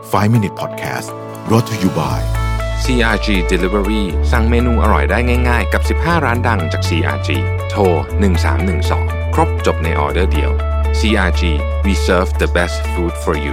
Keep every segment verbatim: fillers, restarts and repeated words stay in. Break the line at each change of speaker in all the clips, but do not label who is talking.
ไฟว์ มินิท Podcast brought to you by
ซี อาร์ จี Delivery สั่งเมนูอร่อยได้ง่ายๆกับสิบห้าร้านดังจาก ซี อาร์ จี โทรหนึ่งสามหนึ่งสองครบจบในออเดอร์เดียว ซี อาร์ จี We serve the best food for you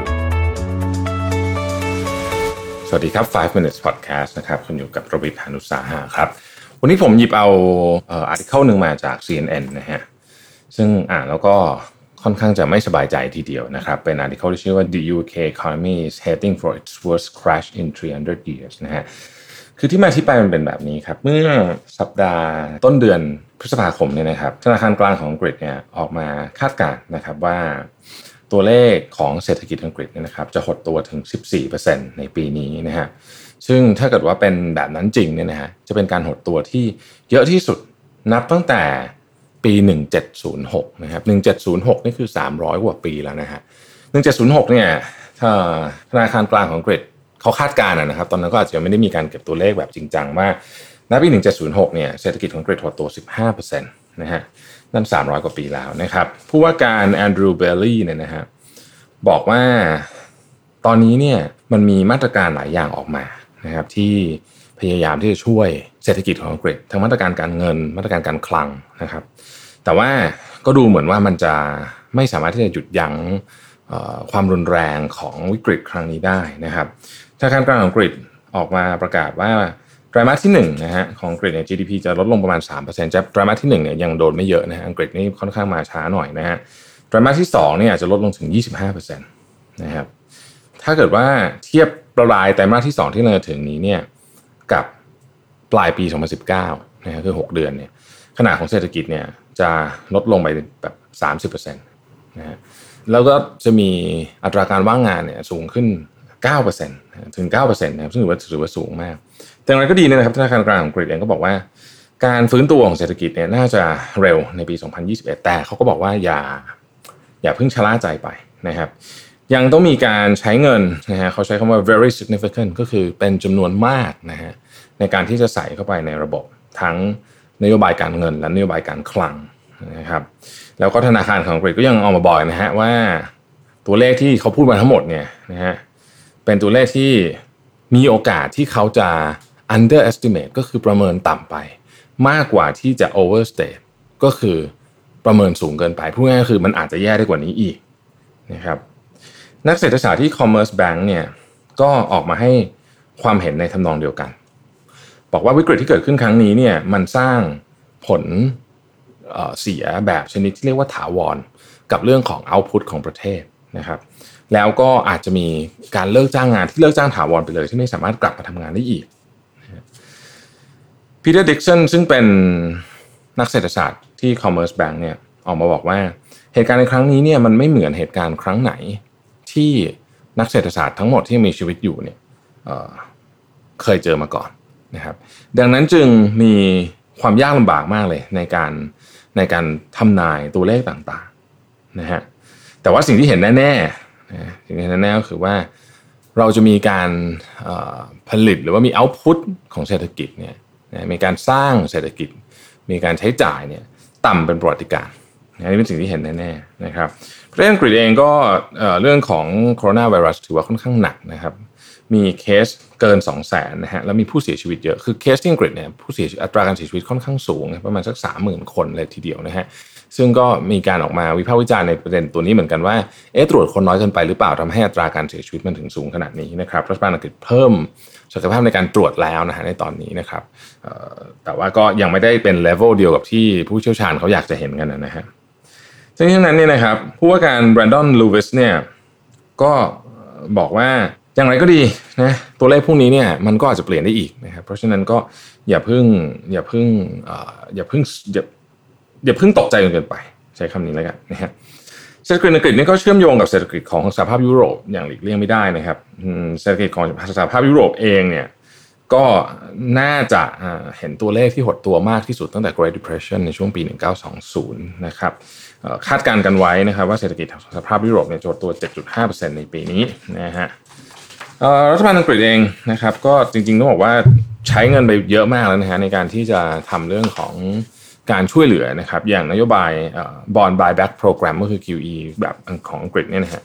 สวัสดีครับไฟว์ มินิท Podcast นะครับคุณอยู่กับรวิทย์ หาญอุตสาหะครับวันนี้ผมหยิบเอาเอ่ออาร์ติเคิลนึงมาจาก ซี เอ็น เอ็น นะฮะซึ่งอ่านแล้วก็ค่อนข้างจะไม่สบายใจทีเดียวนะครับเป็นอาร์ติเคิลที่ชื่อว่า The ยู เค economy is heading for its worst crash in three hundred years นะฮะคือที่มาที่ไปมันเป็นแบบนี้ครับเมื่อสัปดาห์ต้นเดือนพฤษภาคมเนี่ยนะครับธนาคารกลางของอังกฤษเนี่ยออกมาคาดการณ์นะครับว่าตัวเลขของเศรษฐกิจอังกฤษเนี่ยนะครับจะหดตัวถึง สิบสี่เปอร์เซ็นต์ ในปีนี้นะฮะซึ่งถ้าเกิดว่าเป็นแบบนั้นจริงเนี่ยนะฮะจะเป็นการหดตัวที่เยอะที่สุดนับตั้งแต่ปีหนึ่งพันเจ็ดร้อยหกนะครับหนึ่งพันเจ็ดร้อยหกนี่คือสามร้อยกว่าปีแล้วนะฮะหนึ่งพันเจ็ดร้อยหกเนี่ยถ้าธนาคารกลางของอังกฤษเขาคาดการณ์นะครับตอนนั้นก็อาจจะไม่ได้มีการเก็บตัวเลขแบบจริงจังว่าณปีหนึ่งพันเจ็ดร้อยหกเนี่ยเศรษฐกิจของอังกฤษหดตัว สิบห้าเปอร์เซ็นต์ นะฮะนั่นสามร้อยกว่าปีแล้วนะครับผู้ว่าการแอนดรูว์เบลลี่เนี่ยนะฮะบอกว่าตอนนี้เนี่ยมันมีมาตรการหลายอย่างออกมานะครับที่พยายามที่จะช่วยเศรษฐกิจของอังกฤษทั้งมาตรการการเงินมาตรการการคลังนะครับแต่ว่าก็ดูเหมือนว่ามันจะไม่สามารถที่จะหยุดยั้งความรุนแรงของวิกฤตครั้งนี้ได้นะครับธนาคารกลางอังกฤษออกมาประกาศว่าไตรมาสที่หนึ่งนะฮะของอังกฤษเนี่ย จี ดี พี จะลดลงประมาณ สามเปอร์เซ็นต์ จะไตรมาสที่หนึ่งเนี่ยยังโดนไม่เยอะนะฮะอังกฤษนี่ค่อนข้างมาช้าหน่อยนะฮะไตรมาสที่สองเนี่ยอาจจะลดลงถึง ยี่สิบห้าเปอร์เซ็นต์ นะครับถ้าเกิดว่าเทียบปลายไตรมาสที่สองที่เราจะถึงนี้เนี่ยกับปลายปีสองพันสิบเก้านะฮะคือหกเดือนเนี่ยขนาดของเศรษฐกิจเนี่ยจะลดลงไปแบบ สามสิบเปอร์เซ็นต์ นะฮะแล้วก็จะมีอัตราการว่างงานเนี่ยสูงขึ้น เก้าเปอร์เซ็นต์ ถึง เก้าเปอร์เซ็นต์ นะครับซึ่งถือว่าถือว่าสูงมากแต่อย่างไรก็ดีนะครับธนาคารกลางของอังกฤษเองก็บอกว่าการฟื้นตัวของเศรษฐกิจเนี่ยน่าจะเร็วในปีสองพันยี่สิบเอ็ดแต่เขาก็บอกว่าอย่าอย่าเพิ่งชะล่าใจไปนะครับยังต้องมีการใช้เงินนะฮะเขาใช้คำว่า very significant ก็คือเป็นจำนวนมากนะฮะในการที่จะใส่เข้าไปในระบบทั้งนโยบายการเงินและนโยบายการคลังนะครับแล้วก็ธนาคารของอังกฤษก็ยังเอามาบอกนะฮะว่าตัวเลขที่เขาพูดมาทั้งหมดเนี่ยนะฮะเป็นตัวเลขที่มีโอกาสที่เขาจะ underestimate ก็คือประเมินต่ำไปมากกว่าที่จะ overstate ก็คือประเมินสูงเกินไปพูดง่ายๆคือมันอาจจะแย่ได้กว่านี้อีกนะครับนักเศรษฐศาสตร์ที่ Commerce Bank เนี่ยก็ออกมาให้ความเห็นในทำนองเดียวกันบอกว่าวิกฤตที่เกิดขึ้นครั้งนี้เนี่ยมันสร้างผลเอ่อเสียแบบชนิดที่เรียกว่าถาวรกับเรื่องของ output ของประเทศนะครับแล้วก็อาจจะมีการเลิกจ้างงานที่เลิกจ้างถาวรไปเลยที่ไม่สามารถกลับมาทำงานได้อีกพีเตอร์ดิกสันซึ่งเป็นนักเศรษฐศาสตร์ที่ Commerce Bank เนี่ยออกมาบอกว่าเหตุการณ์ในครั้งนี้เนี่ยมันไม่เหมือนเหตุการณ์ครั้งไหนที่นักเศรษฐศาสตร์ทั้งหมดที่มีชีวิตอยู่เนี่ย เอ่อ เคยเจอมาก่อนนะครับดังนั้นจึงมีความยากลำบากมากเลยในการในการทำนายตัวเลขต่างๆนะฮะแต่ว่าสิ่งที่เห็นแน่ๆนะสิ่งที่เห็นแน่ๆก็คือว่าเราจะมีการผลิตหรือว่ามีเอาท์พุตของเศรษฐกิจเนี่ยมีการสร้างเศรษฐกิจมีการใช้จ่ายเนี่ยต่ำเป็นประวัติการณ์อันนี้เป็นสิ่งที่เห็นแน่ๆนะครับประเทศอังกฤษเองก็เรื่องของโคโรนาไวรัสถือว่าค่อนข้างหนักนะครับมีเคสเกิน สองแสน นะฮะแล้วมีผู้เสียชีวิตเยอะคือเคสที่อังกฤษเนี่ยผู้เสียอัตราการเสียชีวิตค่อนข้างสูงประมาณสัก สามหมื่น คนเลยทีเดียวนะฮะซึ่งก็มีการออกมาวิพากษ์วิจารณ์ในประเด็นตัวนี้เหมือนกันว่าเอ๊ะตรวจคนน้อยเกินไปหรือเปล่าทำให้อัตราการเสียชีวิตมันถึงสูงขนาดนี้นะครับรัฐบาลอังกฤษเพิ่มศักยภาพในการตรวจแล้วนะฮะในตอนนี้นะครับแต่ว่าก็ยังไม่ได้เป็นเลเวลเดียวกับที่ผู้เชี่ยวชาญเขาอยากจะเห็นกันนะฮะซึ่งทั้งนั้นเนี่ยนะครับผู้ว่าการแบรนดอนลูวิสเนี่ยก็บอกว่าอย่างไรก็ดีนะตัวเลขพวกนี้เนี่ยมันก็อาจจะเปลี่ยนได้อีกนะครับเพราะฉะนั้นก็อย่าเพิ่งอย่าเพิ่งเอ่ออย่าเพิ่งอย่าอย่าเพิ่งตกใจจนเกินไปใช้คำนี้แล้วกันนะฮะเศรษฐกิจอังกฤษนี่ก็เชื่อมโยงกับเศรษฐกิจของสหภาพยุโรปอย่างหลีกเลี่ยงไม่ได้นะครับเศรษฐกิจของสหภาพยุโรปเองเนี่ยก็น่าจะเห็นตัวเลขที่หดตัวมากที่สุดตั้งแต่ Great Depression ในช่วงปีหนึ่งพันเก้าร้อยยี่สิบนะครับคาดการณ์กันไว้นะครับว่าเศรษฐกิจของสหภาพยุโรปเนี่ยจะหดตัว เจ็ดจุดห้าเปอร์เซ็นต์ ในปีนี้นะฮะรัฐบาลอังกฤษเองนะครับก็จริงๆต้องบอกว่าใช้เงินไปเยอะมากแล้วนะฮะในการที่จะทำเรื่องของการช่วยเหลือนะครับอย่างนโยบาย Bond Buyback Program ก็คือ คิว อี แบบของอังกฤษเนี่ยนะฮะ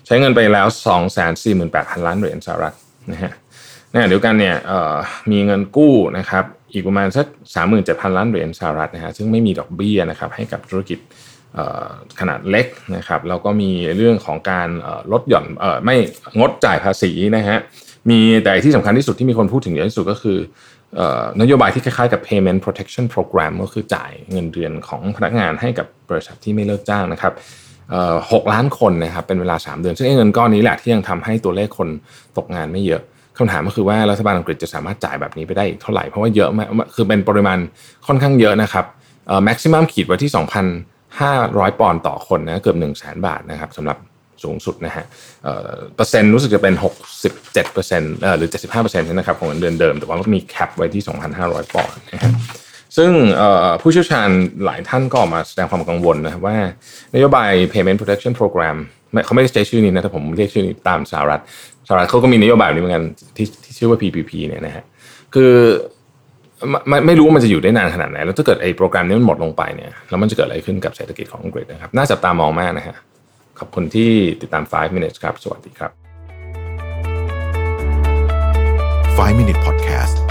ใช้เงินไปแล้ว สองแสนสี่หมื่นแปดพัน ล้านเหรียญสหรัฐนะฮะในขณะเดียวกันเนี่ยมีเงินกู้นะครับอีกประมาณสัก สามหมื่นเจ็ดพัน ล้านเหรียญสหรัฐนะฮะซึ่งไม่มีดอกเบี้ยนะครับให้กับธุรกิจขนาดเล็กนะครับแล้วก็มีเรื่องของการลดหย่อนไม่งดจ่ายภาษีนะฮะมีแต่ที่สำคัญที่สุดที่มีคนพูดถึงเยอะที่สุดก็คือนโยบายที่คล้ายๆกับ payment protection program ก็คือจ่ายเงินเดือนของพนักงานให้กับบริษัทที่ไม่เลิกจ้างนะครับหกล้านคนนะครับเป็นเวลาสามเดือนซึ่งเงินก้อนนี้แหละที่ยังทำให้ตัวเลขคนตกงานไม่เยอะคำถามก็คือว่ารัฐบาลอังกฤษจะสามารถจ่ายแบบนี้ไปได้อีกเท่าไหร่เพราะว่าเยอะมากคือเป็นปริมาณค่อนข้างเยอะนะครับเอ่อ maximum ขีดไว้ที่ สองพันห้าร้อย ปอนด์ต่อคนนะเกือบ หนึ่งแสน บาทนะครับสำหรับสูงสุดนะฮะเอ่อเปอร์เซ็นต์รู้สึกจะเป็น หกสิบเจ็ดเปอร์เซ็นต์ เอ่อหรือ เจ็ดสิบห้าเปอร์เซ็นต์ นะครับของเงินเดือนเดิมแต่ว่ามีแคปไว้ที่ สองพันห้าร้อย ปอนด์นะฮะซึ่งผู้เชี่ยวชาญหลายท่านก็ออกมาแสดงความกังวลนะครับว่านโยบาย payment protection program เขาไม่ได้ใช้ชื่อนี้นะแต่ผมเรียกชื่อนี้ตามสหรัฐสหรัฐเขาก็มีนโยบายนี้เหมือนกันที่ที่ชื่อว่า พี พี พี เนี่ยนะฮะคือไม่ไม่รู้ว่ามันจะอยู่ได้นานขนาดไหนแล้วถ้าเกิดไอ้โปรแกรมนี้มันหมดลงไปเนี่ยแล้วมันจะเกิดอะไรขึ้นกับเศรษฐกิจของอังกฤษนะครับน่าจับตามองมากนะฮะขอบคุณที่ติดตามไฟว์ minutes ครับสวัสดีครับ
ไฟว์ minute podcast